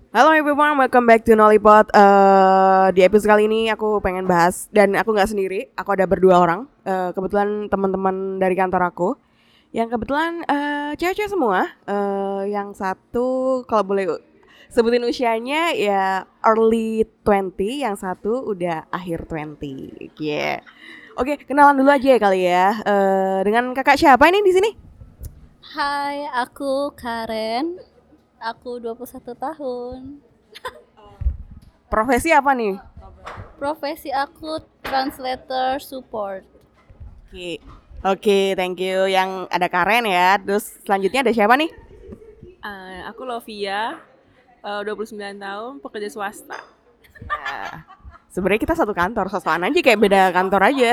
Halo everyone, welcome back to Nollipod. Di episode kali ini aku pengen bahas, dan aku nggak sendiri, aku ada berdua orang. Kebetulan teman-teman dari kantor aku, yang kebetulan cewek-cewek semua. Yang satu kalau boleh sebutin usianya ya early 20, yang satu udah akhir 20. Yeah. Oke, kenalan dulu aja ya kali ya. Dengan kakak siapa ini di sini? Hai, aku Karen. Aku 21 tahun. Profesi apa nih? Profesi aku translator support. Oke, oke, thank you. Yang ada Karen ya. Terus selanjutnya ada siapa nih? Aku Lovia, 29 tahun, pekerja swasta. Sebenarnya kita satu kantor, sosokan aja kayak beda kantor aja.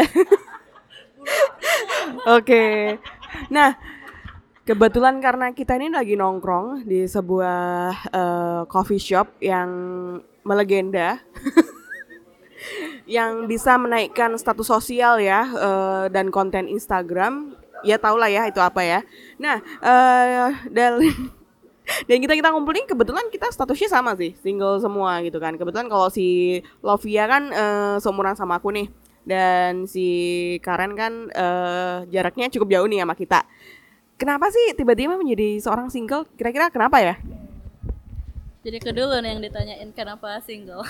Oke. Nah, kebetulan karena kita ini lagi nongkrong di sebuah coffee shop yang melegenda, yang bisa menaikkan status sosial ya, dan konten Instagram. Ya tau lah ya itu apa ya. Nah, dan kita ngumpulin, kebetulan kita statusnya sama sih, single semua gitu kan. Kebetulan kalau si Lovia kan seumuran sama aku nih, dan si Karen kan jaraknya cukup jauh nih sama kita. Kenapa sih tiba-tiba menjadi seorang single? Kira-kira kenapa ya? Jadi kedua nih yang ditanyain kenapa single.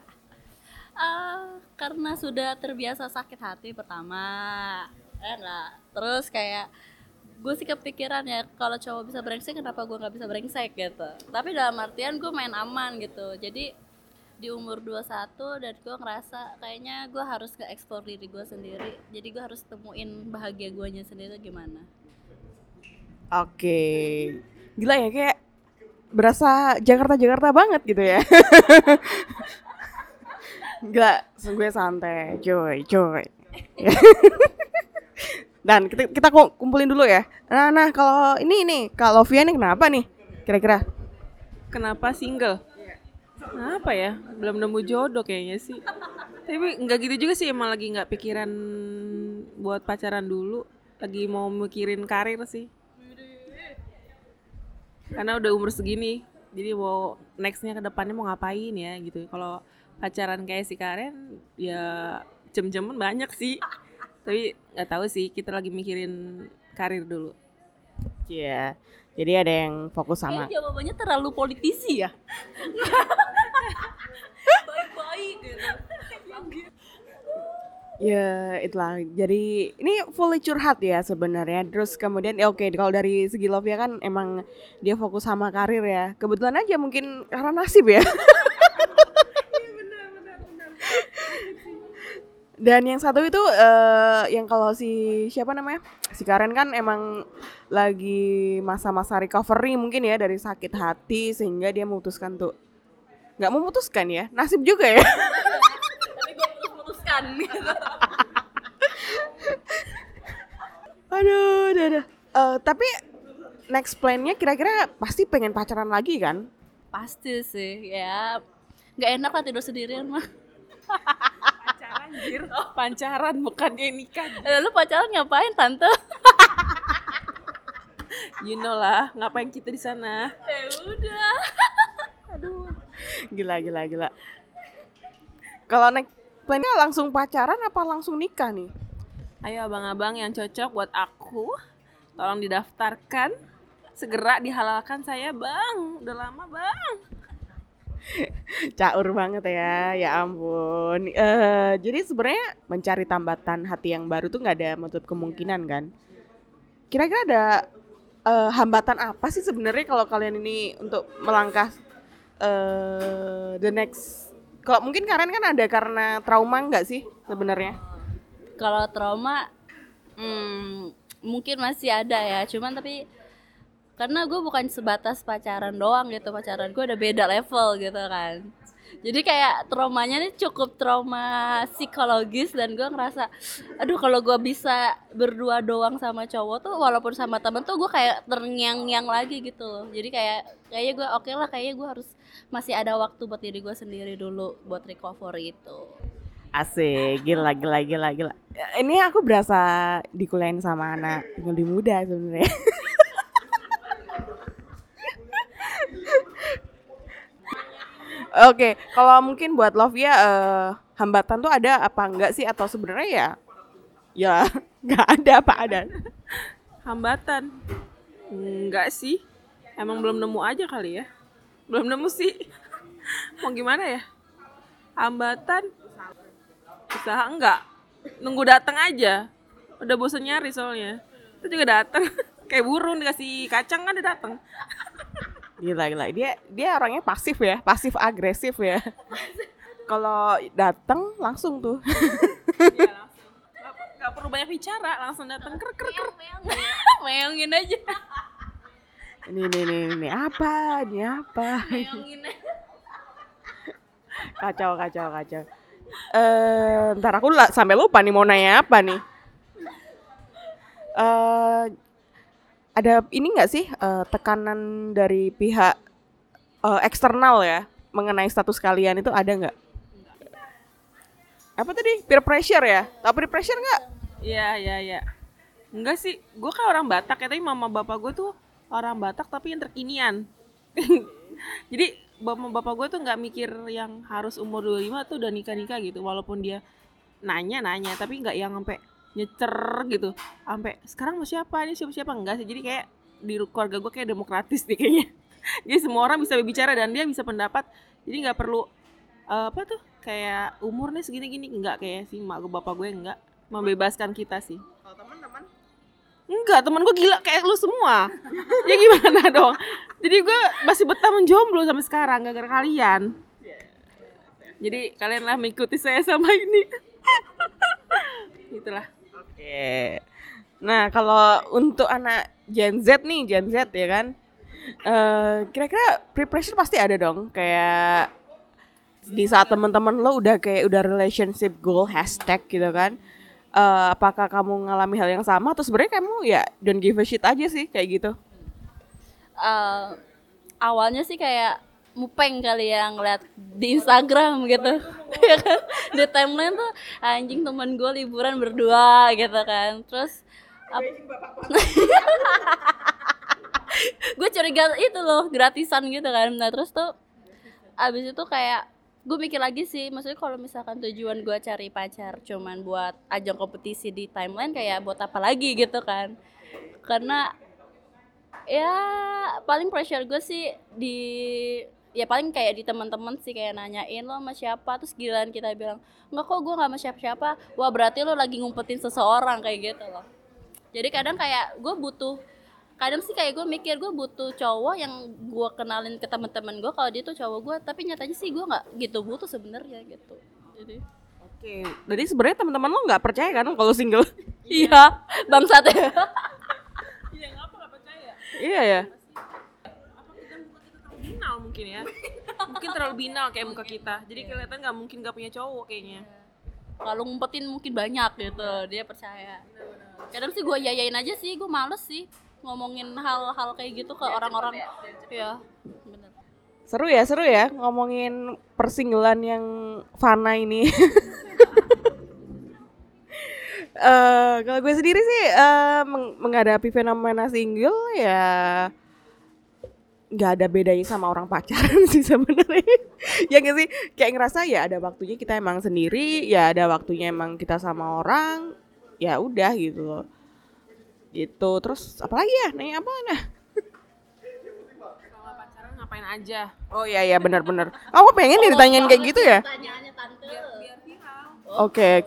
Karena sudah terbiasa sakit hati pertama. Enggak. Terus kayak gue sih kepikiran ya kalau cowok bisa brengsek kenapa gue nggak bisa brengsek gitu. Tapi dalam artian gue main aman gitu. Jadi di umur 21 dan gue ngerasa kayaknya gue harus nge-explore diri gue sendiri. Jadi gue harus temuin bahagia guanya sendiri gimana. Oke, gila ya, kayak berasa Jakarta-Jakarta banget gitu ya. Gila, gue santai, cuy. Dan kita kumpulin dulu ya. Nah, kalau ini nih, kalau Lovia nih kenapa nih? Kira-kira? Kenapa single? Apa ya? Belum nemu jodoh kayaknya sih. Tapi nggak gitu juga sih, emang lagi nggak pikiran buat pacaran dulu. Lagi mau mikirin karir sih. Karena udah umur segini, jadi mau nextnya ke depannya mau ngapain ya gitu. Kalau pacaran kayak si Karen, ya cem-cemen banyak sih. Tapi nggak tahu sih, kita lagi mikirin karir dulu. Iya. Jadi ada yang fokus sama. Kayaknya jawabannya terlalu politisi ya. Baik-baik gitu. Ya, itulah. Jadi ini fully curhat ya sebenarnya. Terus kemudian ya oke, kalau dari segi Lovia kan emang dia fokus sama karir ya. Kebetulan aja mungkin karena nasib ya. Dan yang satu itu yang kalau si siapa namanya? Si Karen kan emang lagi masa-masa recovery mungkin ya dari sakit hati, sehingga dia memutuskan tuh nggak memutuskan ya, nasib juga ya. Tapi gue putuskan gitu. Aduh. Tapi next plan-nya kira-kira pasti pengen pacaran lagi kan? Pasti sih ya. Nggak enak lah tidur sendirian mah. Pacaran, anjir. Pacaran bukannya nikah. Lu pacaran ngapain tante? You know lah, ngapain kita di sana? Udah. Gila. Kalau next plan-nya langsung pacaran apa langsung nikah nih? Ayo abang-abang yang cocok buat aku, tolong didaftarkan. Segera dihalalkan saya, Bang. Udah lama, Bang. Caur banget ya ampun. Jadi sebenarnya mencari tambatan hati yang baru tuh nggak ada menutup kemungkinan kan? Kira-kira ada hambatan apa sih sebenarnya kalau kalian ini untuk melangkah the next? Kalau mungkin Karen kan ada karena trauma nggak sih sebenarnya? Kalau trauma mungkin masih ada ya. Cuman tapi karena gue bukan sebatas pacaran doang gitu, pacaran gue ada beda level gitu kan. Jadi kayak traumanya nih cukup trauma psikologis dan gue ngerasa aduh kalau gue bisa berdua doang sama cowok tuh walaupun sama temen tuh gue kayak terngiang-ngiang lagi gitu loh. Jadi kayaknya gue oke lah, kayaknya gue harus masih ada waktu buat diri gue sendiri dulu buat recovery itu. Asik, gila. Ini aku berasa dikuliahin sama anak lebih muda sebenarnya. Oke, kalau mungkin buat Lovia hambatan tuh ada apa enggak sih atau sebenarnya ya nggak ada apa ada. Hambatan? Enggak sih. Emang belum nemu aja kali ya. Belum nemu sih. Mau gimana ya? Hambatan? Usaha enggak. Nunggu datang aja. Udah bosan nyari soalnya. Itu juga datang. Kayak burung dikasih kacang kan dia datang. Gila. Dia orangnya pasif ya, pasif agresif ya. Kalau datang langsung tuh. Iya langsung. Gak perlu banyak bicara, langsung datang ker. Meongin aja. Ini apa? Meongin aja. Kacau. Ntar aku sampai lupa nih mau nanya apa nih. Ada ini nggak sih tekanan dari pihak eksternal ya mengenai status kalian itu ada nggak? Apa tadi? Peer pressure ya? Tahu peer pressure nggak? Iya. Enggak sih, gue kan orang Batak ya, tapi mama bapak gue tuh orang Batak tapi yang terkinian. Jadi mama bapak gue tuh nggak mikir yang harus umur 25 tuh udah nikah gitu, walaupun dia nanya, tapi nggak yang sampai nyecer gitu, sampai sekarang mau siapa nih siapa enggak sih. Jadi kayak di keluarga gue kayak demokratis nih kayaknya. Jadi semua orang bisa berbicara dan dia bisa pendapat, jadi nggak perlu apa tuh kayak umur nih segini enggak, kayak si mak gue bapak gue enggak, membebaskan kita sih. Kalau teman-teman? Enggak, teman gue gila kayak lu semua. Ya gimana dong? Jadi gue masih betah menjomblo sampai sekarang gara-gara kalian. Jadi kalian lah mengikuti saya sama ini. Itulah. Oke. Nah kalau untuk anak Gen Z ya kan, kira-kira peer pressure pasti ada dong. Kayak di saat teman-teman lo udah relationship goal hashtag gitu kan. Apakah kamu ngalami hal yang sama atau sebenarnya kamu ya don't give a shit aja sih kayak gitu? Awalnya sih kayak mupeng kali ya ngeliat di Instagram gitu. Ya kan? Di timeline tuh anjing teman gue liburan berdua gitu kan. Terus gue curiga itu loh gratisan gitu kan. Nah terus tuh abis itu kayak gue mikir lagi sih, maksudnya kalau misalkan tujuan gue cari pacar cuman buat ajang kompetisi di timeline, kayak buat apa lagi gitu kan. Karena ya paling pressure gue sih ya paling kayak di teman-teman sih, kayak nanyain lo sama siapa, terus giliran kita bilang enggak kok gue nggak sama siapa-siapa, wah berarti lo lagi ngumpetin seseorang kayak gitu loh. Jadi kadang sih kayak gue mikir gue butuh cowok yang gue kenalin ke teman-teman gue kalau dia tuh cowok gue, tapi nyatanya sih gue nggak gitu butuh sebenarnya gitu. Jadi Oke, jadi sebenarnya teman-teman lo nggak percaya kan kalau single? iya bangsat ya. Iya, ngapa nggak percaya? Iya ya. Apa kita muka kita terlalu binal mungkin ya? Mungkin terlalu binal kayak muka kita. Jadi kelihatan nggak mungkin nggak punya cowok kayaknya. Kalau ngumpetin mungkin banyak gitu, dia percaya. Kadang sih gue yayain aja sih, gue males sih ngomongin hal-hal kayak gitu ke orang-orang. Ya, bener. Seru ya ngomongin persinggelan yang fana ini. Kalau gue sendiri sih menghadapi fenomena single ya nggak ada bedanya sama orang pacaran sih sebenarnya. Ya nggak sih, kayak ngerasa ya ada waktunya kita emang sendiri, ya ada waktunya emang kita sama orang, ya udah gitu loh. Gitu. Terus apalagi ya, nanya apa nah? Kalau pacaran ngapain aja? Oh iya benar. Aku pengen ditanyain kayak gitu ya. Pertanyaannya tante. Biar viral. Oke.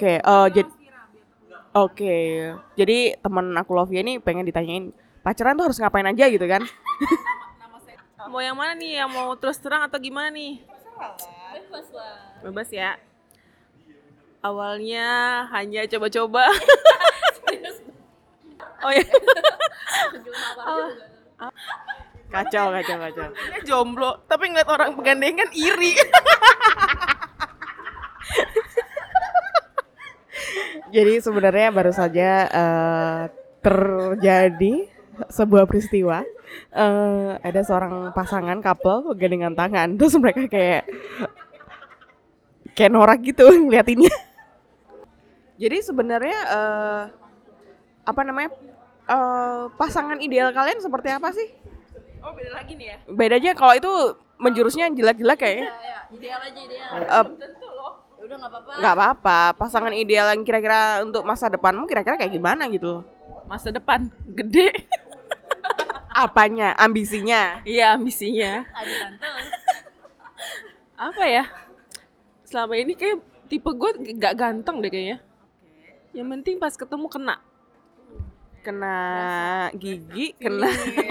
Oke. Jadi teman aku Lovia ini pengen ditanyain pacaran tuh harus ngapain aja gitu kan? Mau yang mana nih? Yang mau terus terang atau gimana nih? Bebas lah. Bebas ya. Awalnya hanya coba-coba. Oh ya. Kacau. Dia jomblo, tapi ngeliat orang pegandengan iri. Jadi sebenarnya baru saja terjadi sebuah peristiwa. Ada seorang pasangan couple gandengan tangan, terus mereka kayak norak gitu ngeliatinnya. Jadi sebenarnya pasangan ideal kalian seperti apa sih? Oh beda lagi nih ya. Bedanya kalau itu menjurusnya yang jelek-jelek kayaknya. Ya, ideal aja ideal. Tentu loh. Ya udah nggak apa-apa. Nggak apa-apa, pasangan ideal yang kira-kira untuk masa depanmu kira-kira kayak gimana gitu? Masa depan gede. Apanya? Ambisinya? Iya, ambisinya. Aduh tante. Apa ya? Selama ini kayak tipe gue gak ganteng deh kayaknya. Yang penting pas ketemu kena. Kena gigi, kena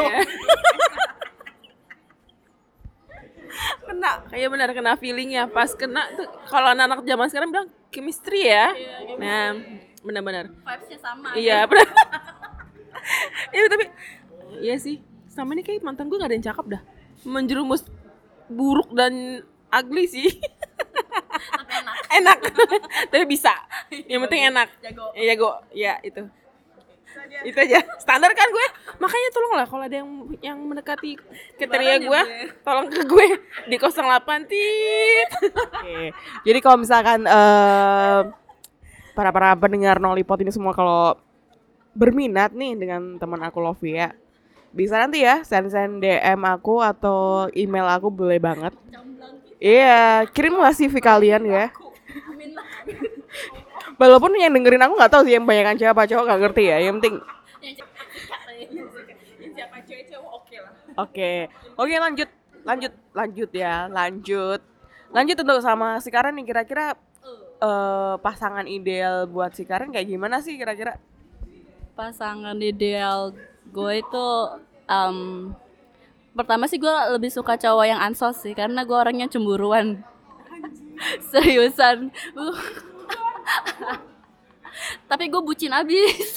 Kena, kayak benar kena feelingnya. Pas kena tuh kalau anak-anak zaman sekarang bilang chemistry ya. Nah, benar-benar. Vibes-nya sama. Iya, benar. Iya, tapi iya sih. Sama ini kayak mantan gue gak ada yang cakep dah. Menjerumus buruk dan ugly sih. Tapi enak. Enak. Tapi bisa. Yang penting enak. Jago. Jago. Ya, itu. Itu aja. Standar kan gue. Makanya tolonglah kalau ada yang mendekati kriteria gue, tolong ke gue di 08 tit. Oke. Jadi kalau misalkan para pendengar Nolipot ini semua kalau berminat nih dengan teman aku Lovia, bisa nanti ya send DM aku atau email aku boleh banget. Iya, kirimlah CV kalian ya. Amin lah. Walaupun yang dengerin aku nggak tahu sih yang banyakan cewek apa cowok, nggak ngerti ya. Yang penting Siapa cewek-cewek oke lah. Oke, lanjut ya, lanjut untuk sama si Karen nih, kira-kira pasangan ideal buat si Karen kayak gimana sih kira-kira? Pasangan ideal gue itu pertama sih gue lebih suka cowok yang ansos sih karena gue orangnya cemburuan. Seriusan. Tapi gue bucin abis.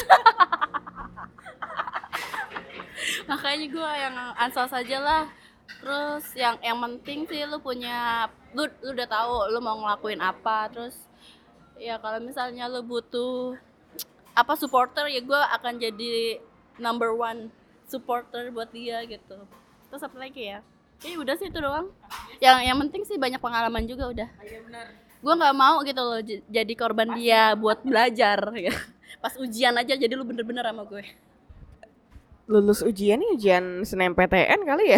Makanya gue yang ansos aja lah. Terus yang penting sih lu udah tahu lu mau ngelakuin apa. Terus ya kalau misalnya lu butuh apa supporter ya gue akan jadi number one supporter buat dia gitu. Terus apa lagi ya? Udah sih itu doang. Yang penting sih banyak pengalaman juga udah. Iya benar. Gue nggak mau gitu loh jadi korban dia buat belajar ya. Pas ujian aja jadi lu bener-bener sama gue. Lulus ujian nih, ujian SNMPTN kali ya?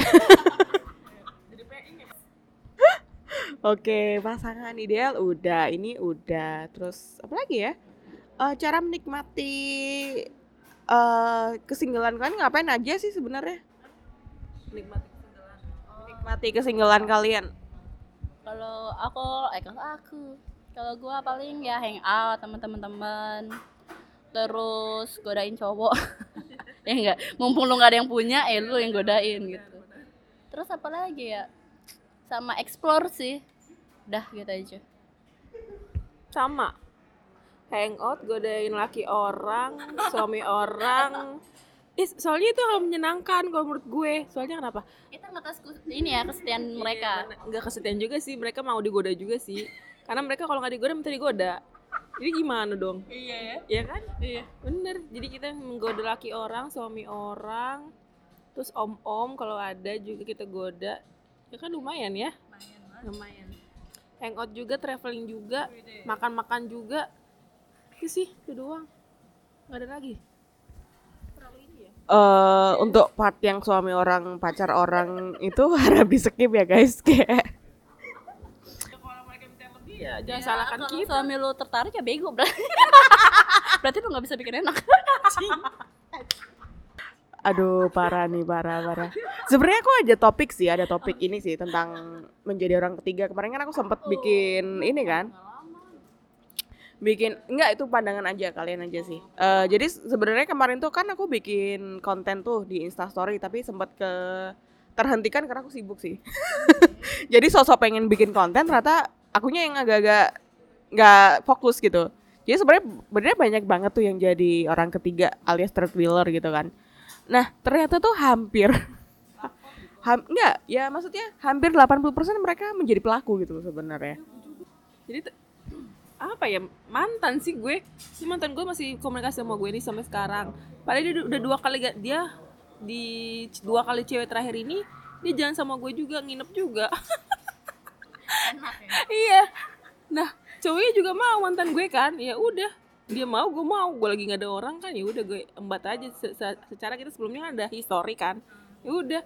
Oke, pasangan ideal udah, ini udah. Terus apa lagi ya? Cara menikmati kesinggelan kan ngapain aja sih sebenarnya? Menikmati kesinggelan kalian. Kalau gue paling ya hang out sama teman-teman, terus godain cowok. Ya enggak, mumpung lu nggak ada yang punya, lu yang godain gitu. Terus apa lagi ya? Sama explore sih, dah gitu aja. Sama. Hangout, godain laki orang, suami orang. Soalnya itu hal menyenangkan kalau menurut gue. Soalnya kenapa? Kita ngetes ini ya kesetiaan mereka. Nggak kesetiaan juga sih, mereka mau digoda juga sih. Karena mereka kalau nggak digoda minta digoda. Jadi gimana dong? Iya ya. Iya kan? Iya. Bener. Jadi kita menggoda laki orang, suami orang, terus om-om kalau ada juga kita goda. Ya kan lumayan ya? Lumayan. Hangout juga, traveling juga, makan-makan juga. Itu sih, itu doang. Nggak ada lagi. Untuk part yang suami orang, pacar orang itu harap di skip ya guys. Kayak Kalau mereka minta lebih ya jangan salahkan Kalau kita. suami lu tertarik ya bego berarti. Berarti lu nggak bisa bikin enak. aduh, parah. Sebenarnya aku ada topik ini sih tentang menjadi orang ketiga. Kemarin kan aku sempat bikin ini kan. Enggak, itu pandangan aja kalian aja sih. Jadi sebenarnya kemarin tuh kan aku bikin konten tuh di Instastory tapi sempat terhentikan karena aku sibuk sih. Jadi sosok pengen bikin konten ternyata akunya yang agak-agak nggak fokus gitu. Jadi sebenarnya banyak banget tuh yang jadi orang ketiga alias third wheeler gitu kan. Nah ternyata tuh hampir enggak ya, maksudnya hampir 80% mereka menjadi pelaku gitu sebenarnya. Jadi apa ya, mantan sih gue. Si mantan gue masih komunikasi sama gue nih sampai sekarang. Padahal dia udah 2 kali dia di 2 kali cewek terakhir ini dia jalan sama gue juga, nginep juga. Enak ya. Iya. Nah, cowoknya juga mau mantan gue kan. Ya udah, dia mau, gue mau. Gue lagi nggak ada orang kan, ya udah gue embat aja. Secara kita sebelumnya kan ada histori kan. Ya udah,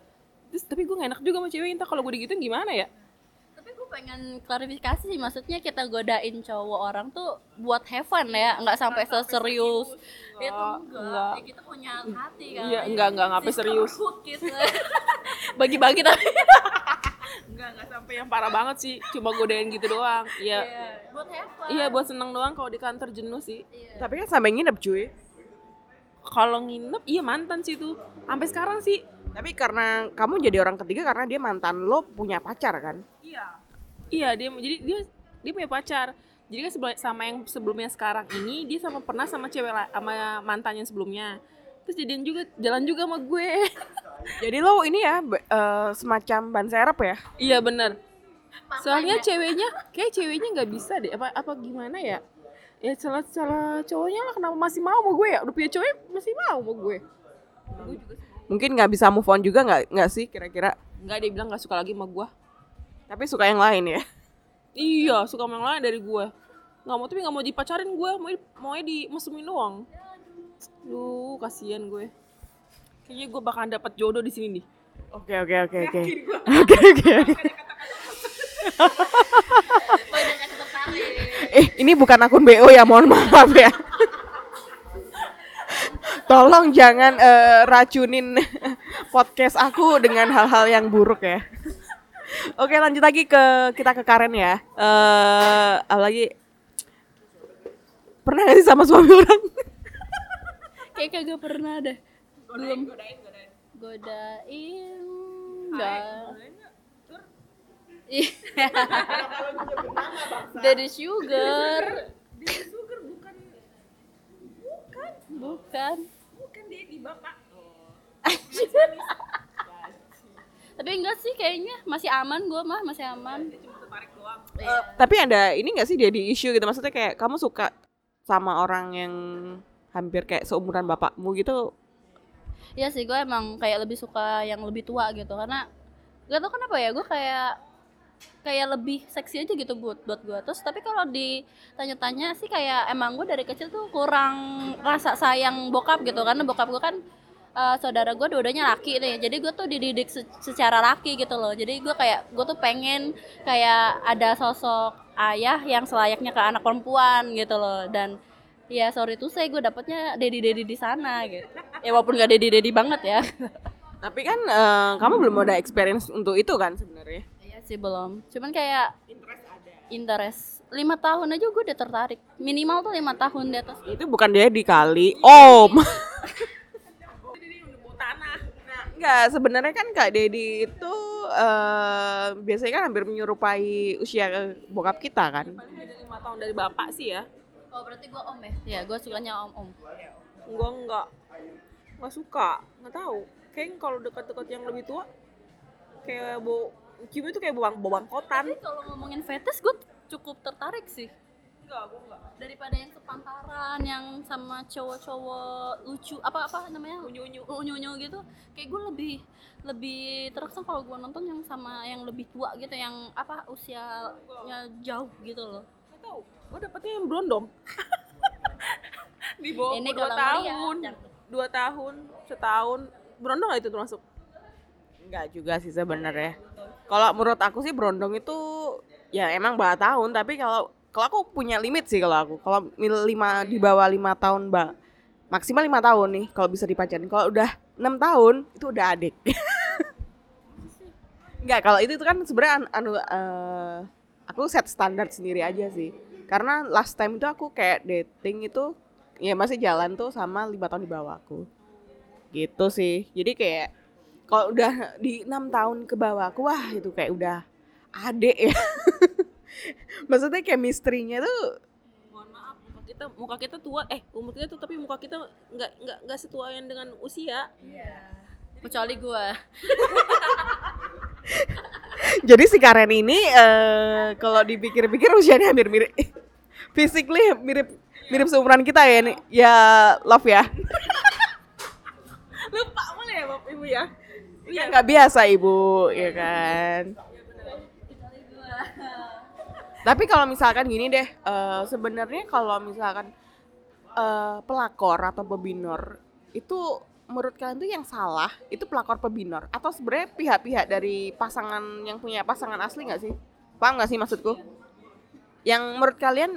Terus tapi gue gak enak juga sama cewek, entah kalau gue digituin gimana ya. Tapi gue pengen klarifikasi sih, maksudnya kita godain cowok orang tuh buat have fun ya, nggak sampai seserius itu enggak. Ya, kita punya hati kan. Iya, enggak sampai serius. Gitu. Bagi-bagi tapi Enggak sampai yang parah banget sih, cuma godain gitu doang. Iya. buat have fun. Iya, buat seneng doang. Kalau di kantor jenuh sih. Iya. Tapi kan sampai nginep cuy. Kalau nginep, iya mantan sih tuh. Sampai sekarang sih. Tapi karena kamu jadi orang ketiga karena dia mantan lo punya pacar kan? Iya, dia punya pacar. Jadi kan sama yang sebelumnya sekarang ini dia pernah sama sama mantannya sebelumnya. Terus jalan juga sama gue. Jadi lo ini ya semacam ban serep ya? Iya bener. Soalnya ya? ceweknya nggak bisa deh. Apa gimana ya? Ya salah cowoknya lah, kenapa masih mau sama gue ya? Udah punya cowok masih mau sama gue. Gue juga sih. Mungkin nggak bisa move on juga nggak sih kira-kira? Nggak, dia bilang nggak suka lagi sama gue. Tapi suka yang lain ya? Iya, suka sama yang lain dari gue. Nggak mau dipacarin gue, maunya dimesemin doang. Duh, kasihan gue. Kayaknya gue bakalan dapat jodoh di sini nih. Oke. Oke. Banyak tertarik. Ini bukan akun BO ya, mohon maaf ya. Tolong jangan racunin podcast aku dengan hal-hal yang buruk ya. Oke, lanjut lagi kita ke Karen ya. Apalagi pernah gak sih sama suami orang? Kayak kagak pernah deh. Belum. Godain. Enggak. Dari sugar. Bukan dia di bapak. Tapi enggak sih, kayaknya masih aman, gue mah masih aman. Tapi ada ini gak sih daddy issue gitu? Maksudnya kayak kamu suka sama orang yang hampir kayak seumuran bapakmu gitu? Iya sih, gue emang kayak lebih suka yang lebih tua gitu, karena gak tau kenapa ya, gue kayak lebih seksi aja gitu buat gue. Terus tapi kalau ditanya-tanya sih kayak emang gue dari kecil tuh kurang rasa sayang bokap gitu, karena bokap gue kan saudara gue dua-duanya laki nih, jadi gue tuh dididik secara laki gitu loh. Jadi gue tuh pengen kayak ada sosok ayah yang selayaknya ke anak perempuan gitu loh. Dan ya sorry tuh gue dapetnya dedi di sana gitu. Ya walaupun gak dedi banget ya. Tapi kan kamu belum ada experience untuk itu kan sebenarnya? Iya sih belum. Cuman kayak interest 5 tahun aja gue udah tertarik. Minimal tuh 5 tahun di atas. Itu bukan dia dikali om. Enggak, sebenarnya kan Kak Dedi itu biasanya kan hampir menyerupai usia bokap kita kan. Paling beda 5 tahun dari bapak sih ya. Oh berarti gue om ya? Iya gue sukanya om. Gue nggak suka, nggak tahu. Kayaknya kalau dekat-dekat yang lebih tua, kayak cium itu kayak bobangkotan. Tapi kalau ngomongin fetis gue cukup tertarik sih. Gue enggak. Daripada yang sepantaran, yang sama cowok-cowok lucu, apa namanya, unyu-unyu gitu. Kayak gue lebih terkesan kalau gue nonton yang sama yang lebih tua gitu, yang apa usianya jauh gitu loh. Nggak tahu. Gue dapetnya yang berondong. Di bawah Ini 2 kalau tahun, ngeliat, 2 tahun, setahun. Berondong nggak itu termasuk? Enggak juga sih sebenarnya. Kalau menurut aku sih berondong itu ya emang bawah tahun, tapi kalau aku punya limit sih kalau di bawah 5 tahun maksimal 5 tahun nih kalau bisa dipacarin. Kalau udah 6 tahun itu udah adik. Enggak, kalau itu kan sebenarnya aku set standar sendiri aja sih. Karena last time itu aku kayak dating itu ya masih jalan tuh sama 5 tahun di bawah aku. Gitu sih. Jadi kayak kalau udah di 6 tahun ke bawah aku, wah itu kayak udah adik ya. Maksudnya chemistry-nya tuh, Mohon maaf, muka kita tua, umur kita tuh, tapi muka kita nggak setuayan dengan usia. Kecuali gue. jadi si Karen ini kalau dipikir-pikir usianya hampir mirip. Physically mirip seumuran kita ya nih. Ya love ya. Lupa boleh ya Bapak Ibu ya? Iya nggak biasa ibu, ya kan. Tapi kalau misalkan gini deh, sebenarnya kalau misalkan pelakor atau pebinor itu menurut kalian tuh yang salah itu pelakor pebinor atau sebenarnya pihak-pihak dari pasangan yang punya pasangan asli nggak sih? Paham nggak sih maksudku? Yang menurut kalian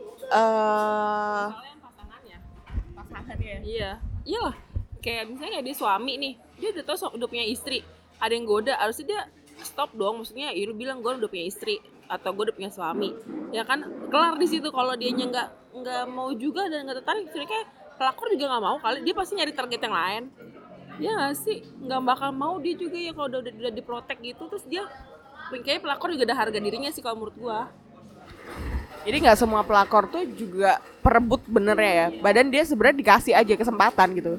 Kalian pasangannya. pasangannya? Iya, iyalah. Kayak misalnya kayak dia suami nih, dia udah tahu udah punya istri, ada yang goda, harusnya dia stop dong. Maksudnya, ya lu bilang gue udah punya istri atau gue udah punya suami, ya kan kelar di situ. Kalau dianya nggak mau juga dan nggak tertarik, kayak pelakor juga nggak mau kali, dia pasti nyari target yang lain. Ya nggak sih, nggak bakal mau dia juga ya kalau udah diprotek gitu. Terus dia kayaknya pelakor juga ada harga dirinya sih kalau menurut gua. Jadi nggak semua pelakor tuh juga perebut benernya ya. Badan dia sebenarnya dikasih aja kesempatan gitu.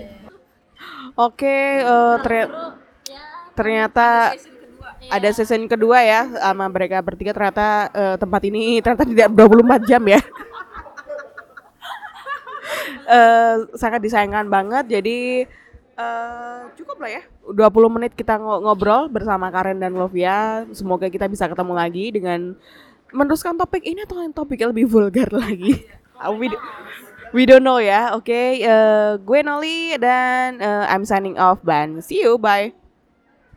Oke, ternyata ada season kedua ya sama mereka bertiga. Ternyata tempat ini ternyata tidak 24 jam ya. Sangat disayangkan banget. Jadi cukup lah ya 20 menit kita ngobrol bersama Karen dan Lovia. Semoga kita bisa ketemu lagi dengan meneruskan topik ini atau yang topik yang lebih vulgar lagi. We don't know ya. Oke, gue Noli dan I'm signing off, Ban. See you, bye.